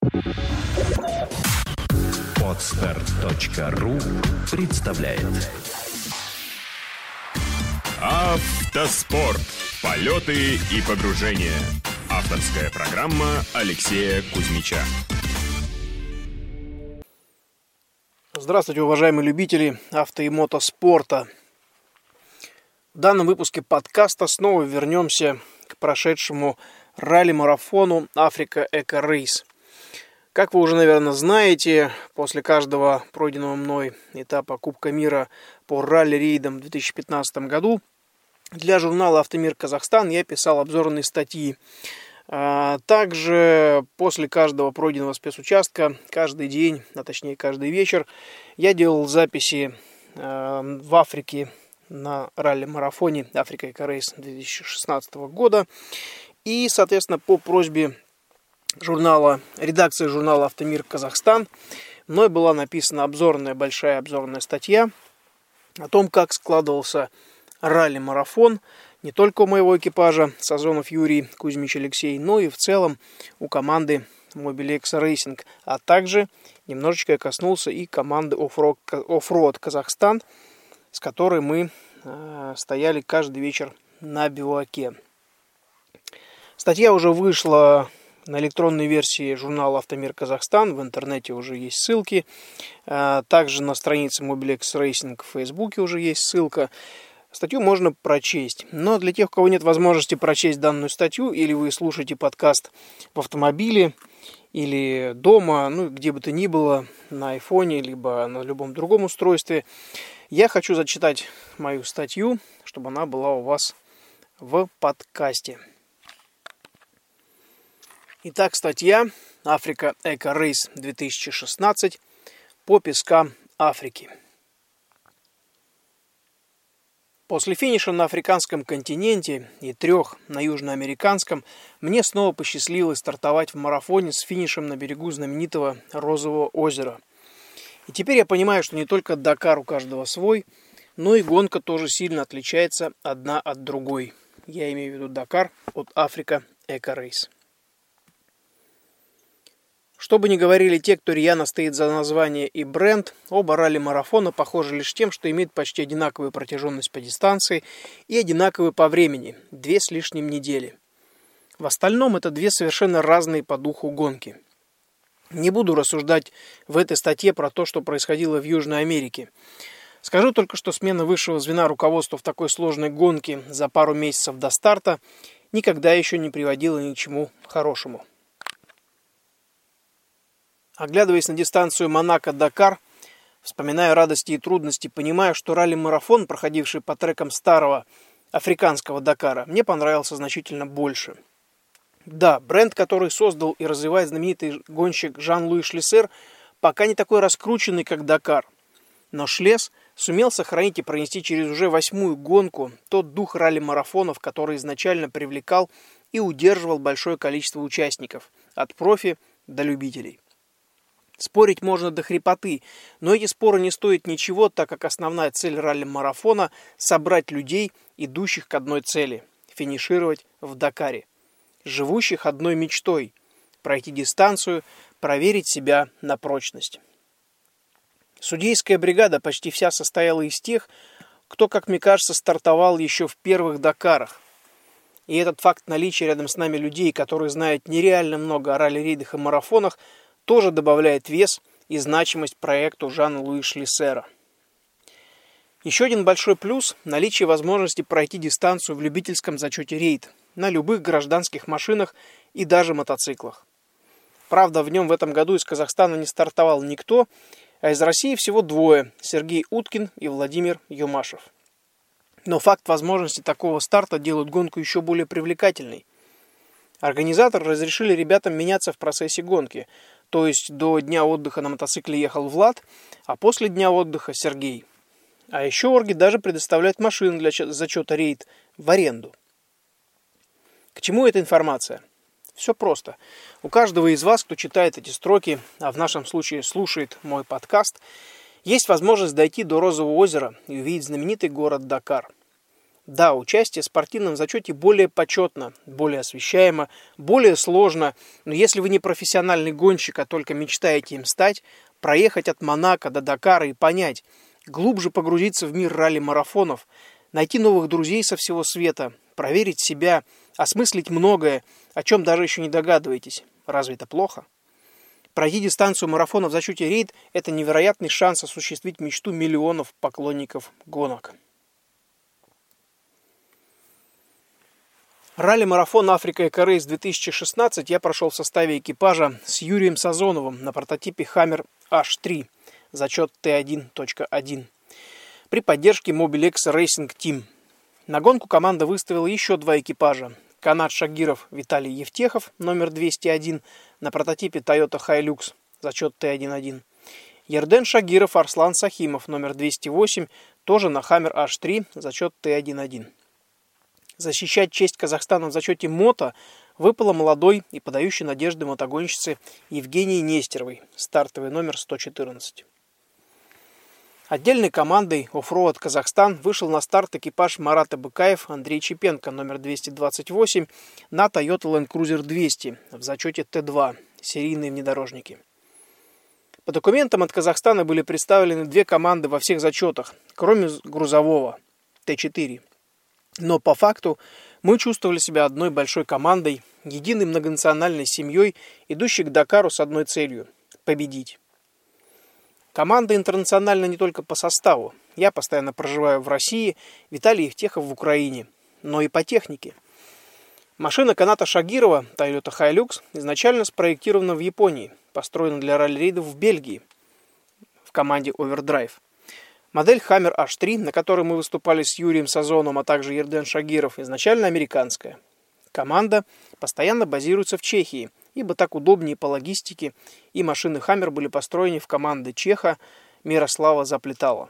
Podster.ru представляет Автоспорт. Полеты и погружения. Авторская программа Алексея Кузьмича. Здравствуйте, уважаемые любители авто и мотоспорта. В данном выпуске подкаста снова вернемся к прошедшему ралли-марафону Africa Eco Race. Как вы уже, наверное, знаете, после каждого пройденного мной этапа Кубка мира по ралли-рейдам в 2015 году для журнала «Автомир Казахстан» я писал обзорные статьи. Также после каждого пройденного спецучастка, каждый день, а точнее каждый вечер, я делал записи в Африке на ралли-марафоне Africa Eco Race 2016 года. И, соответственно, по просьбе редакции журнала «Автомир Казахстан» мной была написана большая обзорная статья о том, как складывался ралли-марафон не только у моего экипажа Сазонов Юрий, Кузьмич Алексей, но и в целом у команды Mobilex Racing. А также немножечко я коснулся и команды Offroad Казахстан, с которой мы стояли каждый вечер на бивуаке. Статья уже вышла на электронной версии журнала «Автомир Казахстан». В интернете уже есть ссылки. Также на странице Mobilex Racing в Фейсбуке уже есть ссылка. Статью можно прочесть. Но для тех, у кого нет возможности прочесть данную статью, или вы слушаете подкаст в автомобиле, или дома, где бы то ни было, на айфоне, либо на любом другом устройстве, я хочу зачитать мою статью, чтобы она была у вас в подкасте. Итак, статья Africa Eco Race 2016 по пескам Африки. После финиша на африканском континенте и 3 на южноамериканском мне снова посчастливилось стартовать в марафоне с финишем на берегу знаменитого Розового озера. И теперь я понимаю, что не только Дакар у каждого свой, но и гонка тоже сильно отличается одна от другой. Я имею в виду Дакар от Africa Eco Race. Что бы ни говорили те, кто рьяно стоит за название и бренд, оба ралли-марафона похожи лишь тем, что имеют почти одинаковую протяженность по дистанции и одинаковую по времени – 2 с лишним недели. В остальном это 2 совершенно разные по духу гонки. Не буду рассуждать в этой статье про то, что происходило в Южной Америке. Скажу только, что смена высшего звена руководства в такой сложной гонке за пару месяцев до старта никогда еще не приводила ни к чему хорошему. Оглядываясь на дистанцию Монако-Дакар, вспоминая радости и трудности, понимаю, что ралли-марафон, проходивший по трекам старого африканского Дакара, мне понравился значительно больше. Да, бренд, который создал и развивает знаменитый гонщик Жан-Луи Шлиссер, пока не такой раскрученный, как Дакар. Но Шлесс сумел сохранить и пронести через уже 8-ю гонку тот дух ралли-марафонов, который изначально привлекал и удерживал большое количество участников, от профи до любителей. Спорить можно до хрипоты, но эти споры не стоят ничего, так как основная цель ралли-марафона – собрать людей, идущих к одной цели – финишировать в Дакаре. Живущих одной мечтой – пройти дистанцию, проверить себя на прочность. Судейская бригада почти вся состояла из тех, кто, как мне кажется, стартовал еще в первых Дакарах. И этот факт наличия рядом с нами людей, которые знают нереально много о ралли-рейдах и марафонах, тоже добавляет вес и значимость проекту Жана-Луи Шлиссера. Еще один большой плюс – наличие возможности пройти дистанцию в любительском зачете рейд на любых гражданских машинах и даже мотоциклах. Правда, в нем в этом году из Казахстана не стартовал никто, а из России всего 2 – Сергей Уткин и Владимир Юмашев. Но факт возможности такого старта делает гонку еще более привлекательной. Организаторы разрешили ребятам меняться в процессе гонки, то есть до дня отдыха на мотоцикле ехал Влад, а после дня отдыха Сергей. А еще орги даже предоставляют машины для зачета рейд в аренду. К чему эта информация? Все просто. У каждого из вас, кто читает эти строки, а в нашем случае слушает мой подкаст, есть возможность дойти до Розового озера и увидеть знаменитый город Дакар. Да, участие в спортивном зачете более почетно, более освещаемо, более сложно, но если вы не профессиональный гонщик, а только мечтаете им стать, проехать от Монако до Дакара и понять, глубже погрузиться в мир ралли-марафонов, найти новых друзей со всего света, проверить себя, осмыслить многое, о чем даже еще не догадываетесь. Разве это плохо? Пройти дистанцию марафона в зачете рейд – это невероятный шанс осуществить мечту миллионов поклонников гонок. Ралли-марафон «Африка-Эко Рейс 2016» я прошел в составе экипажа с Юрием Сазоновым на прототипе Hammer H3, зачет T1.1, при поддержке Mobilex Racing Team. На гонку команда выставила еще 2 экипажа. Канат Шагиров Виталий Евтехов, номер 201, на прототипе Toyota Hilux, зачет T1.1. Ерден Шагиров Арслан Сахимов, номер 208, тоже на Hammer H3, зачет T1.1. Защищать честь Казахстана в зачете мото выпало молодой и подающей надежды мотогонщице Евгении Нестеровой, стартовый номер 114. Отдельной командой Offroad Казахстан вышел на старт экипаж Марата Быкаев Андрей Чепенко, номер 228, на Toyota Land Cruiser 200 в зачете Т2, серийные внедорожники. По документам от Казахстана были представлены 2 команды во всех зачетах, кроме грузового Т4. Но по факту мы чувствовали себя одной большой командой, единой многонациональной семьей, идущей к Дакару с одной целью – победить. Команда интернациональна не только по составу. Я постоянно проживаю в России, Виталий Евтехов в Украине, но и по технике. Машина Каната Шагирова Toyota Hilux изначально спроектирована в Японии, построена для ралли-рейдов в Бельгии в команде Overdrive. Модель Hammer H3, на которой мы выступали с Юрием Сазоновым, а также Ерден Шагиров, изначально американская. Команда постоянно базируется в Чехии, ибо так удобнее по логистике, и машины Hammer были построены в команды чеха Мирослава Заплетала.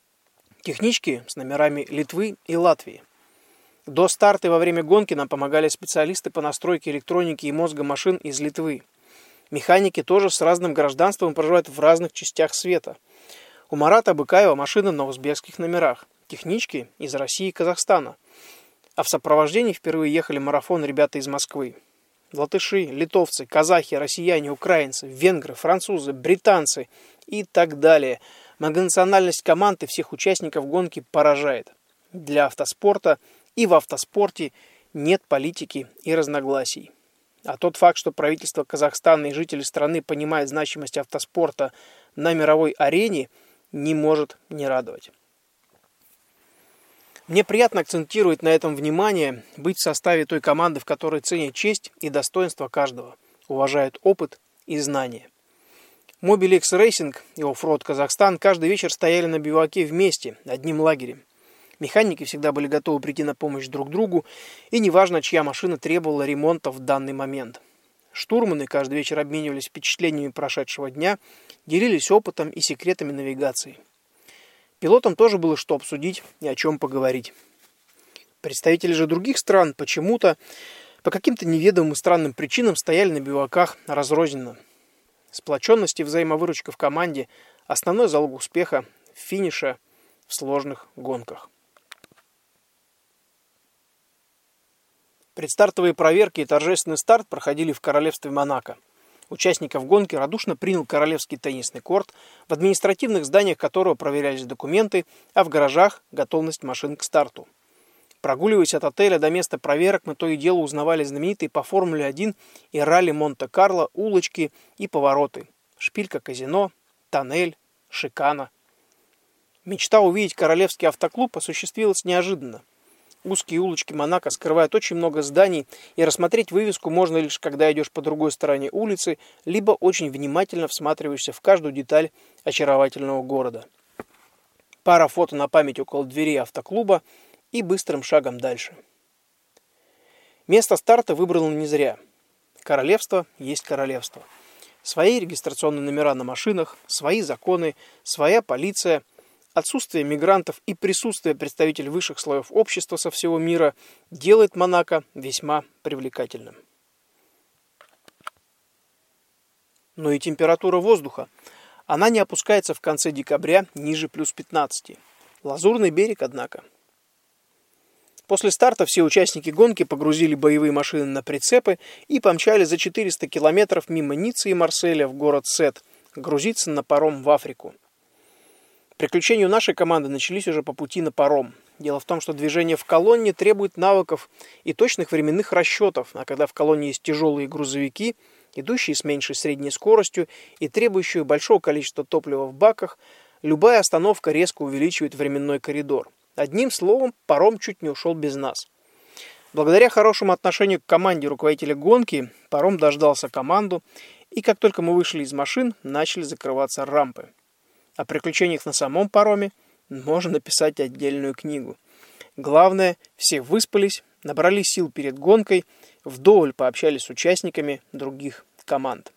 Технички с номерами Литвы и Латвии. До старта и во время гонки нам помогали специалисты по настройке электроники и мозга машин из Литвы. Механики тоже с разным гражданством проживают в разных частях света. У Марата Быкаева машина на узбекских номерах, технички из России и Казахстана. А в сопровождении впервые ехали марафон ребята из Москвы. Латыши, литовцы, казахи, россияне, украинцы, венгры, французы, британцы и так далее. Многонациональность команд и всех участников гонки поражает. Для автоспорта и в автоспорте нет политики и разногласий. А тот факт, что правительство Казахстана и жители страны понимают значимость автоспорта на мировой арене, не может не радовать. Мне приятно акцентировать на этом внимание, быть в составе той команды, в которой ценят честь и достоинство каждого, уважают опыт и знания. Mobilex Racing и Offroad Казахстан каждый вечер стояли на биваке вместе, одним лагерем. Механики всегда были готовы прийти на помощь друг другу, и неважно, чья машина требовала ремонта в данный момент. Штурманы каждый вечер обменивались впечатлениями прошедшего дня, делились опытом и секретами навигации. Пилотам тоже было что обсудить и о чем поговорить. Представители же других стран почему-то, по каким-то неведомым и странным причинам, стояли на биваках разрозненно. Сплоченность и взаимовыручка в команде – основной залог успеха финиша в сложных гонках. Предстартовые проверки и торжественный старт проходили в королевстве Монако. Участников гонки радушно принял королевский теннисный корт, в административных зданиях которого проверялись документы, а в гаражах – готовность машин к старту. Прогуливаясь от отеля до места проверок, мы то и дело узнавали знаменитые по Формуле-1 и ралли Монте-Карло улочки и повороты. Шпилька-казино, тоннель, шикана. Мечта увидеть королевский автоклуб осуществилась неожиданно. Узкие улочки Монако скрывают очень много зданий, и рассмотреть вывеску можно лишь когда идешь по другой стороне улицы, либо очень внимательно всматриваешься в каждую деталь очаровательного города. Пара фото на память около дверей автоклуба и быстрым шагом дальше. Место старта выбрано не зря. Королевство есть королевство. Свои регистрационные номера на машинах, свои законы, своя полиция. Отсутствие мигрантов и присутствие представителей высших слоев общества со всего мира делает Монако весьма привлекательным. Но и температура воздуха. Она не опускается в конце декабря ниже плюс 15. Лазурный берег, однако. После старта все участники гонки погрузили боевые машины на прицепы и помчали за 400 километров мимо Ниццы и Марселя в город Сет, грузиться на паром в Африку. Приключения у нашей команды начались уже по пути на паром. Дело в том, что движение в колонне требует навыков и точных временных расчетов, а когда в колонне есть тяжелые грузовики, идущие с меньшей средней скоростью и требующие большого количества топлива в баках, любая остановка резко увеличивает временной коридор. Одним словом, паром чуть не ушел без нас. Благодаря хорошему отношению к команде руководителя гонки, паром дождался команду, и как только мы вышли из машин, начали закрываться рампы. О приключениях на самом пароме можно написать отдельную книгу. Главное, все выспались, набрали сил перед гонкой, вдоволь пообщались с участниками других команд.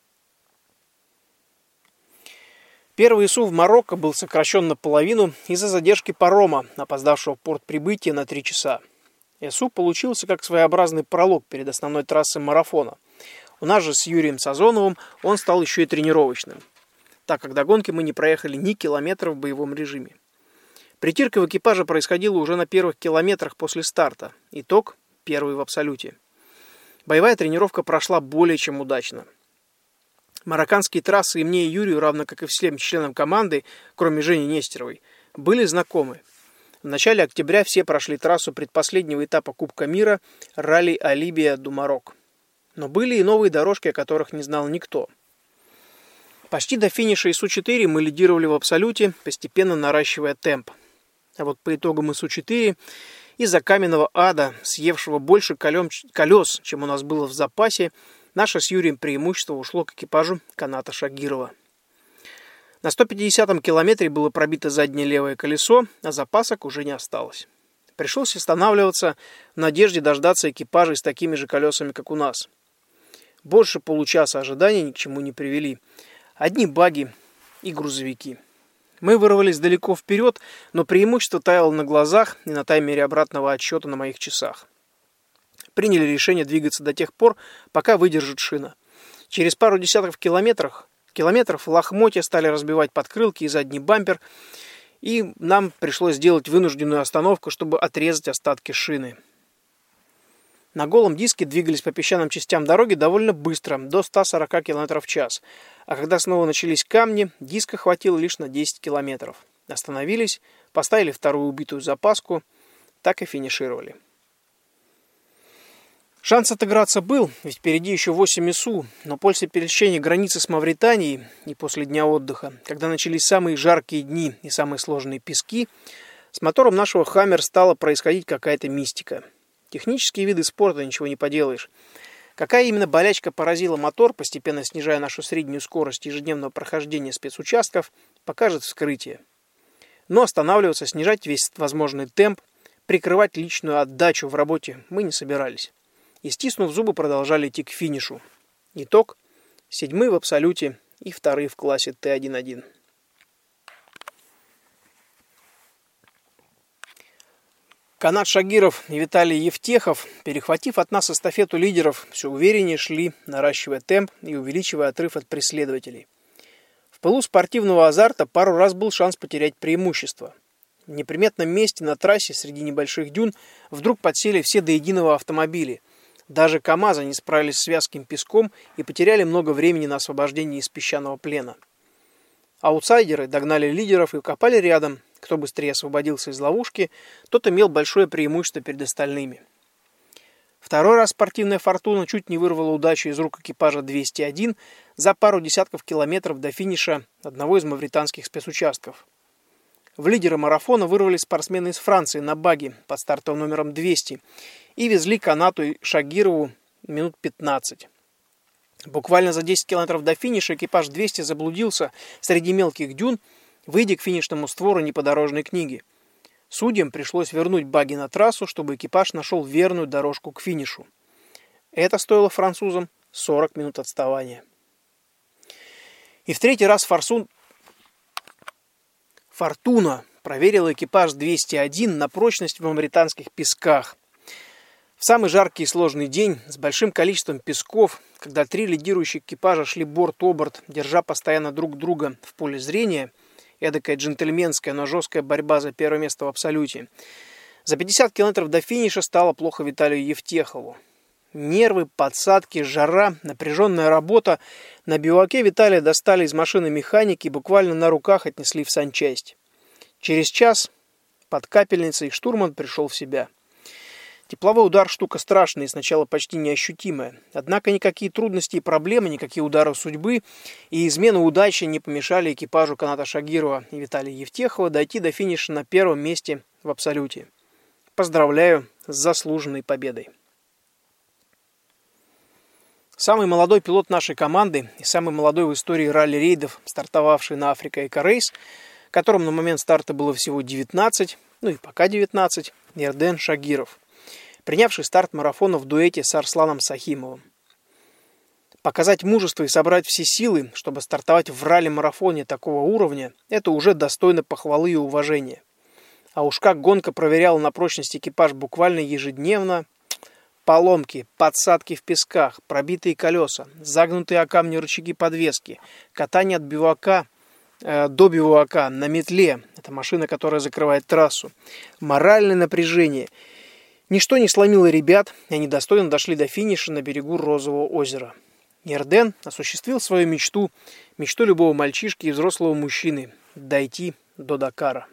Первый ИСУ в Марокко был сокращен наполовину из-за задержки парома, опоздавшего в порт прибытия на 3 часа. ИСУ получился как своеобразный пролог перед основной трассой марафона. У нас же с Юрием Сазоновым он стал еще и тренировочным, так как до гонки мы не проехали ни километра в боевом режиме. Притирка в экипаже происходила уже на первых километрах после старта. Итог – первый в абсолюте. Боевая тренировка прошла более чем удачно. Марокканские трассы и мне, и Юрию, равно как и всем членам команды, кроме Жени Нестеровой, были знакомы. В начале октября все прошли трассу предпоследнего этапа Кубка мира ралли Алибия-ду-Марок. Но были и новые дорожки, о которых не знал никто. Почти до финиша ИСУ-4 мы лидировали в абсолюте, постепенно наращивая темп. А вот по итогам ИСУ-4 из-за каменного ада, съевшего больше колес, чем у нас было в запасе, наше с Юрием преимущество ушло к экипажу Каната Шагирова. На 150-м километре было пробито заднее левое колесо, а запасок уже не осталось. Пришлось останавливаться в надежде дождаться экипажей с такими же колесами, как у нас. Больше получаса ожидания ни к чему не привели. Одни баги и грузовики. Мы вырвались далеко вперед, но преимущество таяло на глазах и на таймере обратного отсчета на моих часах. Приняли решение двигаться до тех пор, пока выдержит шина. Через пару десятков километров лохмотья стали разбивать подкрылки и задний бампер, и нам пришлось сделать вынужденную остановку, чтобы отрезать остатки шины. На голом диске двигались по песчаным частям дороги довольно быстро, до 140 км в час. А когда снова начались камни, диска хватило лишь на 10 км. Остановились, поставили вторую убитую запаску, так и финишировали. Шанс отыграться был, ведь впереди еще 8 ИСУ, но после пересечения границы с Мавританией и после дня отдыха, когда начались самые жаркие дни и самые сложные пески, с мотором нашего «Хаммер» стала происходить какая-то мистика. Технические виды спорта, ничего не поделаешь. Какая именно болячка поразила мотор, постепенно снижая нашу среднюю скорость ежедневного прохождения спецучастков, покажет вскрытие. Но останавливаться, снижать весь возможный темп, прикрывать личную отдачу в работе мы не собирались. И, стиснув зубы, продолжали идти к финишу. Итог – 7-й в абсолюте и 2-й в классе Т1-1. Канат Шагиров и Виталий Евтехов, перехватив от нас эстафету лидеров, все увереннее шли, наращивая темп и увеличивая отрыв от преследователей. В пылу спортивного азарта пару раз был шанс потерять преимущество. В неприметном месте на трассе среди небольших дюн вдруг подсели все до единого автомобили. Даже КАМАЗы не справились с вязким песком и потеряли много времени на освобождение из песчаного плена. Аутсайдеры догнали лидеров и укопали рядом. Кто быстрее освободился из ловушки, тот имел большое преимущество перед остальными. Второй раз спортивная фортуна чуть не вырвала удачу из рук экипажа 201 за пару десятков километров до финиша одного из мавританских спецучастков. В лидеры марафона вырвались спортсмены из Франции на баги под стартовым номером 200 и везли Канату и Шагирову минут 15. Буквально за 10 километров до финиша экипаж 200 заблудился среди мелких дюн, выйдя к финишному створу неподорожной книги. Судьям пришлось вернуть баги на трассу, чтобы экипаж нашел верную дорожку к финишу. Это стоило французам 40 минут отставания. И в третий раз Фортуна проверила экипаж 201 на прочность в мавританских песках. В самый жаркий и сложный день, с большим количеством песков, когда 3 лидирующих экипажа шли борт-оборт, держа постоянно друг друга в поле зрения, эдакая джентльменская, но жесткая борьба за первое место в абсолюте, За 50 километров до финиша стало плохо Виталию Евтехову. Нервы, подсадки, жара, напряженная работа. На биваке Виталия достали из машины механики и буквально на руках отнесли в санчасть. Через час под капельницей штурман пришел в себя. Тепловой удар штука страшная и сначала почти неощутимая. Однако никакие трудности и проблемы, никакие удары судьбы и измены удачи не помешали экипажу Каната Шагирова и Виталия Евтехова дойти до финиша на первом месте в абсолюте. Поздравляю с заслуженной победой. Самый молодой пилот нашей команды и самый молодой в истории ралли-рейдов, стартовавший на Africa Eco Race, которому на момент старта было всего 19, и пока 19, Ерден Шагиров, принявший старт марафона в дуэте с Арсланом Сахимовым. Показать мужество и собрать все силы, чтобы стартовать в ралли-марафоне такого уровня, это уже достойно похвалы и уважения. А уж как гонка проверяла на прочность экипаж буквально ежедневно. Поломки, подсадки в песках, пробитые колеса, загнутые о камни рычаги подвески, катание от бивака до бивака на метле, это машина, которая закрывает трассу, моральное напряжение. Ничто не сломило ребят, и они достойно дошли до финиша на берегу Розового озера. Ерден осуществил свою мечту, мечту любого мальчишки и взрослого мужчины – дойти до Дакара.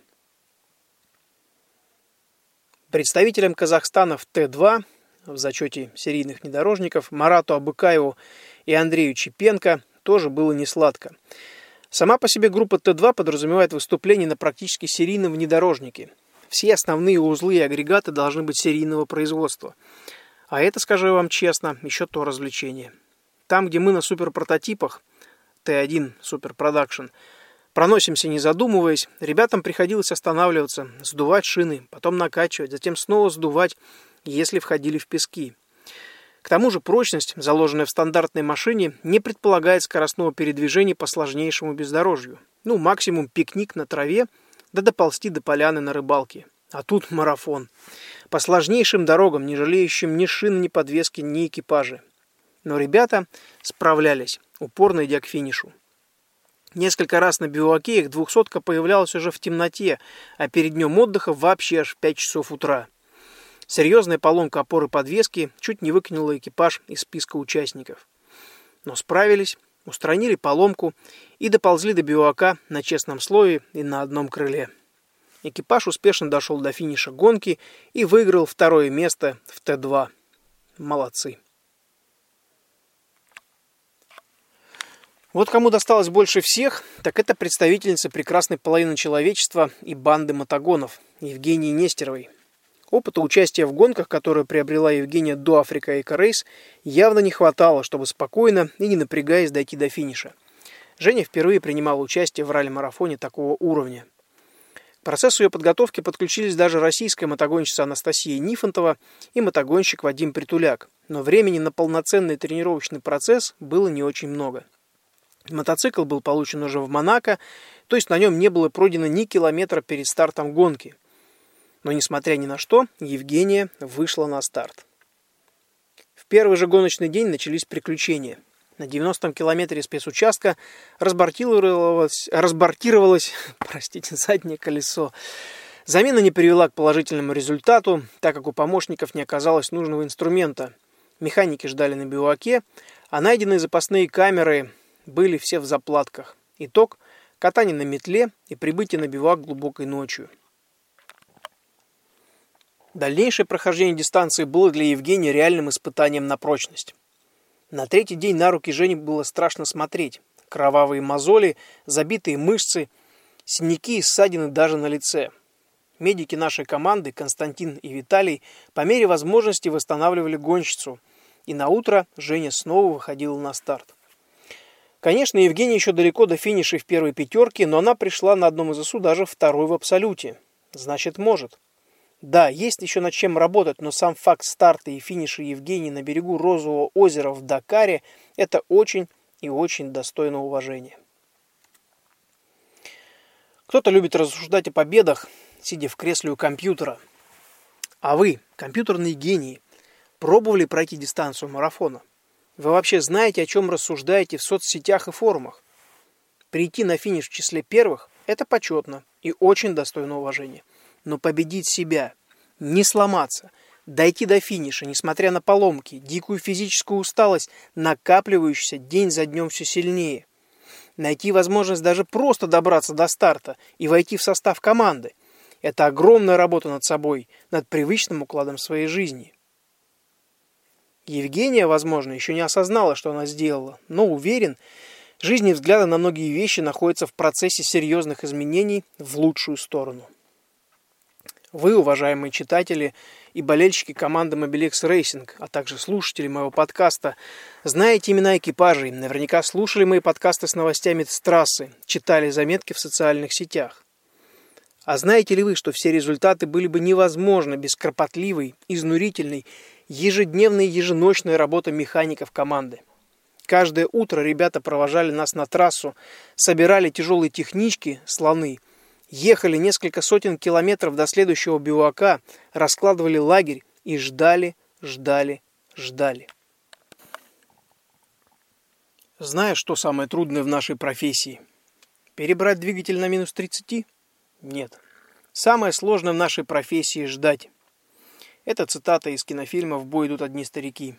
Представителям Казахстана в Т2 в зачете серийных внедорожников Марату Абыкаеву и Андрею Чепенко тоже было несладко. Сама по себе группа Т2 подразумевает выступление на практически серийном внедорожнике. Все основные узлы и агрегаты должны быть серийного производства. А это, скажу вам честно, еще то развлечение. Там, где мы на суперпрототипах, Т1 Super Production, проносимся не задумываясь, ребятам приходилось останавливаться, сдувать шины, потом накачивать, затем снова сдувать, если входили в пески. К тому же прочность, заложенная в стандартной машине, не предполагает скоростного передвижения по сложнейшему бездорожью. Максимум пикник на траве, да доползти до поляны на рыбалке. А тут марафон. По сложнейшим дорогам, не жалеющим ни шин, ни подвески, ни экипажи. Но ребята справлялись, упорно идя к финишу. Несколько раз на биваке их 200-ка появлялась уже в темноте, а перед днем отдыха вообще аж в 5 часов утра. Серьезная поломка опоры подвески чуть не выкинула экипаж из списка участников. Но справились, устранили поломку и доползли до бивака на честном слое и на одном крыле. Экипаж успешно дошел до финиша гонки и выиграл второе место в Т2. Молодцы. Вот кому досталось больше всех, так это представительница прекрасной половины человечества и банды мотогонов Евгении Нестеровой. Опыта участия в гонках, которую приобрела Евгения до Africa Eco Race, явно не хватало, чтобы спокойно и не напрягаясь дойти до финиша. Женя впервые принимала участие в ралли-марафоне такого уровня. К процессу ее подготовки подключились даже российская мотогонщица Анастасия Нифонтова и мотогонщик Вадим Притуляк, но времени на полноценный тренировочный процесс было не очень много. Мотоцикл был получен уже в Монако, то есть на нем не было пройдено ни километра перед стартом гонки. Но, несмотря ни на что, Евгения вышла на старт. В первый же гоночный день начались приключения. На 90-м километре спецучастка разбортировалось заднее колесо. Замена не привела к положительному результату, так как у помощников не оказалось нужного инструмента. Механики ждали на биваке, а найденные запасные камеры были все в заплатках. Итог – катание на метле и прибытие на бивак глубокой ночью. Дальнейшее прохождение дистанции было для Евгении реальным испытанием на прочность. На третий день на руки Жени было страшно смотреть. Кровавые мозоли, забитые мышцы, синяки и ссадины даже на лице. Медики нашей команды, Константин и Виталий, по мере возможности восстанавливали гонщицу, и на утро Женя снова выходила на старт. Конечно, Евгения еще далеко до финиша в первой пятерке, но она пришла на одном из ИСУ даже второй в абсолюте. Значит, может. Да, есть еще над чем работать, но сам факт старта и финиша Евгении на берегу Розового озера в Дакаре – это очень и очень достойно уважения. Кто-то любит рассуждать о победах, сидя в кресле у компьютера. А вы, компьютерные гении, пробовали пройти дистанцию марафона? Вы вообще знаете, о чем рассуждаете в соцсетях и форумах? Прийти на финиш в числе первых – это почетно и очень достойно уважения. Но победить себя, Не сломаться, дойти до финиша, несмотря на поломки, дикую физическую усталость, накапливающуюся день за днем все сильнее. Найти возможность даже просто добраться до старта и войти в состав команды. Это огромная работа над собой, над привычным укладом своей жизни. Евгения, возможно, еще не осознала, что она сделала, но уверен, жизнь и взгляды на многие вещи находятся в процессе серьезных изменений в лучшую сторону. Вы, уважаемые читатели и болельщики команды Mobilex Racing, а также слушатели моего подкаста, знаете имена экипажей, наверняка слушали мои подкасты с новостями с трассы, читали заметки в социальных сетях. А знаете ли вы, что все результаты были бы невозможны без кропотливой, изнурительной, ежедневной и еженочной работы механиков команды? Каждое утро ребята провожали нас на трассу, собирали тяжелые технички, слоны, ехали несколько сотен километров до следующего бивуака, раскладывали лагерь и ждали. Знаешь, что самое трудное в нашей профессии? Перебрать двигатель на минус 30? Нет. Самое сложное в нашей профессии – ждать. Это цитата из кинофильма «В бой идут одни старики».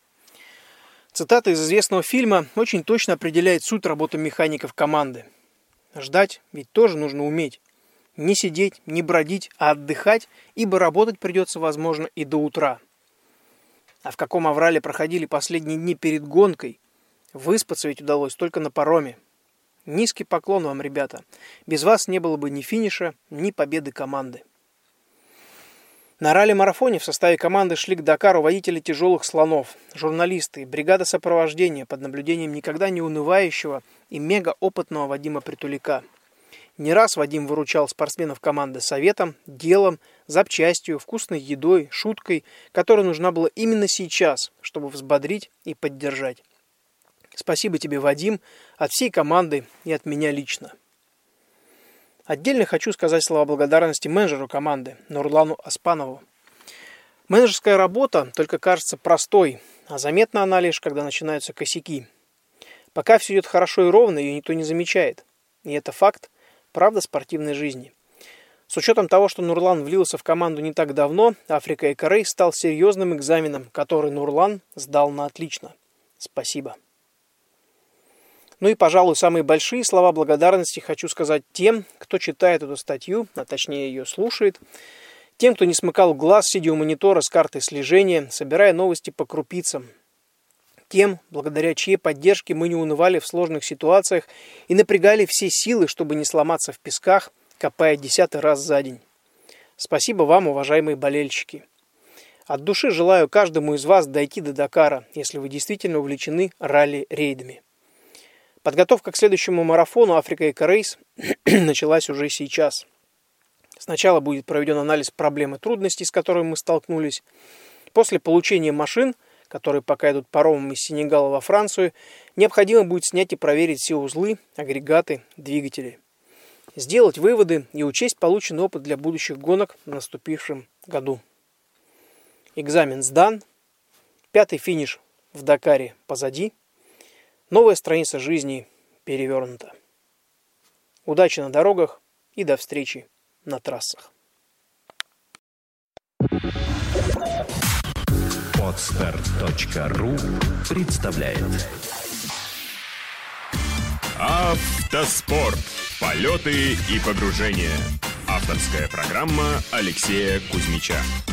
Цитата из известного фильма очень точно определяет суть работы механиков команды. Ждать ведь тоже нужно уметь. Не сидеть, не бродить, а отдыхать, ибо работать придется, возможно, и до утра. А в каком аврале проходили последние дни перед гонкой? Выспаться ведь удалось только на пароме. Низкий поклон вам, ребята. Без вас не было бы ни финиша, ни победы команды. На ралли-марафоне в составе команды шли к Дакару водители тяжелых слонов, журналисты, бригада сопровождения под наблюдением никогда не унывающего и мегаопытного Вадима Притуляка. Не раз Вадим выручал спортсменов команды советом, делом, запчастью, вкусной едой, шуткой, которая нужна была именно сейчас, чтобы взбодрить и поддержать. Спасибо тебе, Вадим, от всей команды и от меня лично. Отдельно хочу сказать слова благодарности менеджеру команды, Нурлану Оспанову. Менеджерская работа только кажется простой, а заметна она лишь, когда начинаются косяки. Пока все идет хорошо и ровно, ее никто не замечает. И это факт, правда спортивной жизни. С учетом того, что Нурлан влился в команду не так давно, Africa Eco Race стал серьезным экзаменом, который Нурлан сдал на отлично. Спасибо. Ну и, пожалуй, самые большие слова благодарности хочу сказать тем, кто читает эту статью, а точнее ее слушает, тем, кто не смыкал глаз, сидя у монитора с картой слежения, собирая новости по крупицам, тем, благодаря чьей поддержке мы не унывали в сложных ситуациях и напрягали все силы, чтобы не сломаться в песках, копая 10-й раз за день. Спасибо вам, уважаемые болельщики. От души желаю каждому из вас дойти до Дакара, если вы действительно увлечены ралли-рейдами. Подготовка к следующему марафону Africa Eco Race началась уже сейчас. Сначала будет проведен анализ проблем и трудностей, с которыми мы столкнулись. После получения машин, которые пока идут паромом из Сенегала во Францию, необходимо будет снять и проверить все узлы, агрегаты, двигатели. Сделать выводы и учесть полученный опыт для будущих гонок в наступившем году. Экзамен сдан. 5-й финиш в Дакаре позади. Новая страница жизни перевернута. Удачи на дорогах и до встречи на трассах. Podstart.ru представляет Автоспорт. Полеты и погружения. Авторская программа Алексея Кузьмича.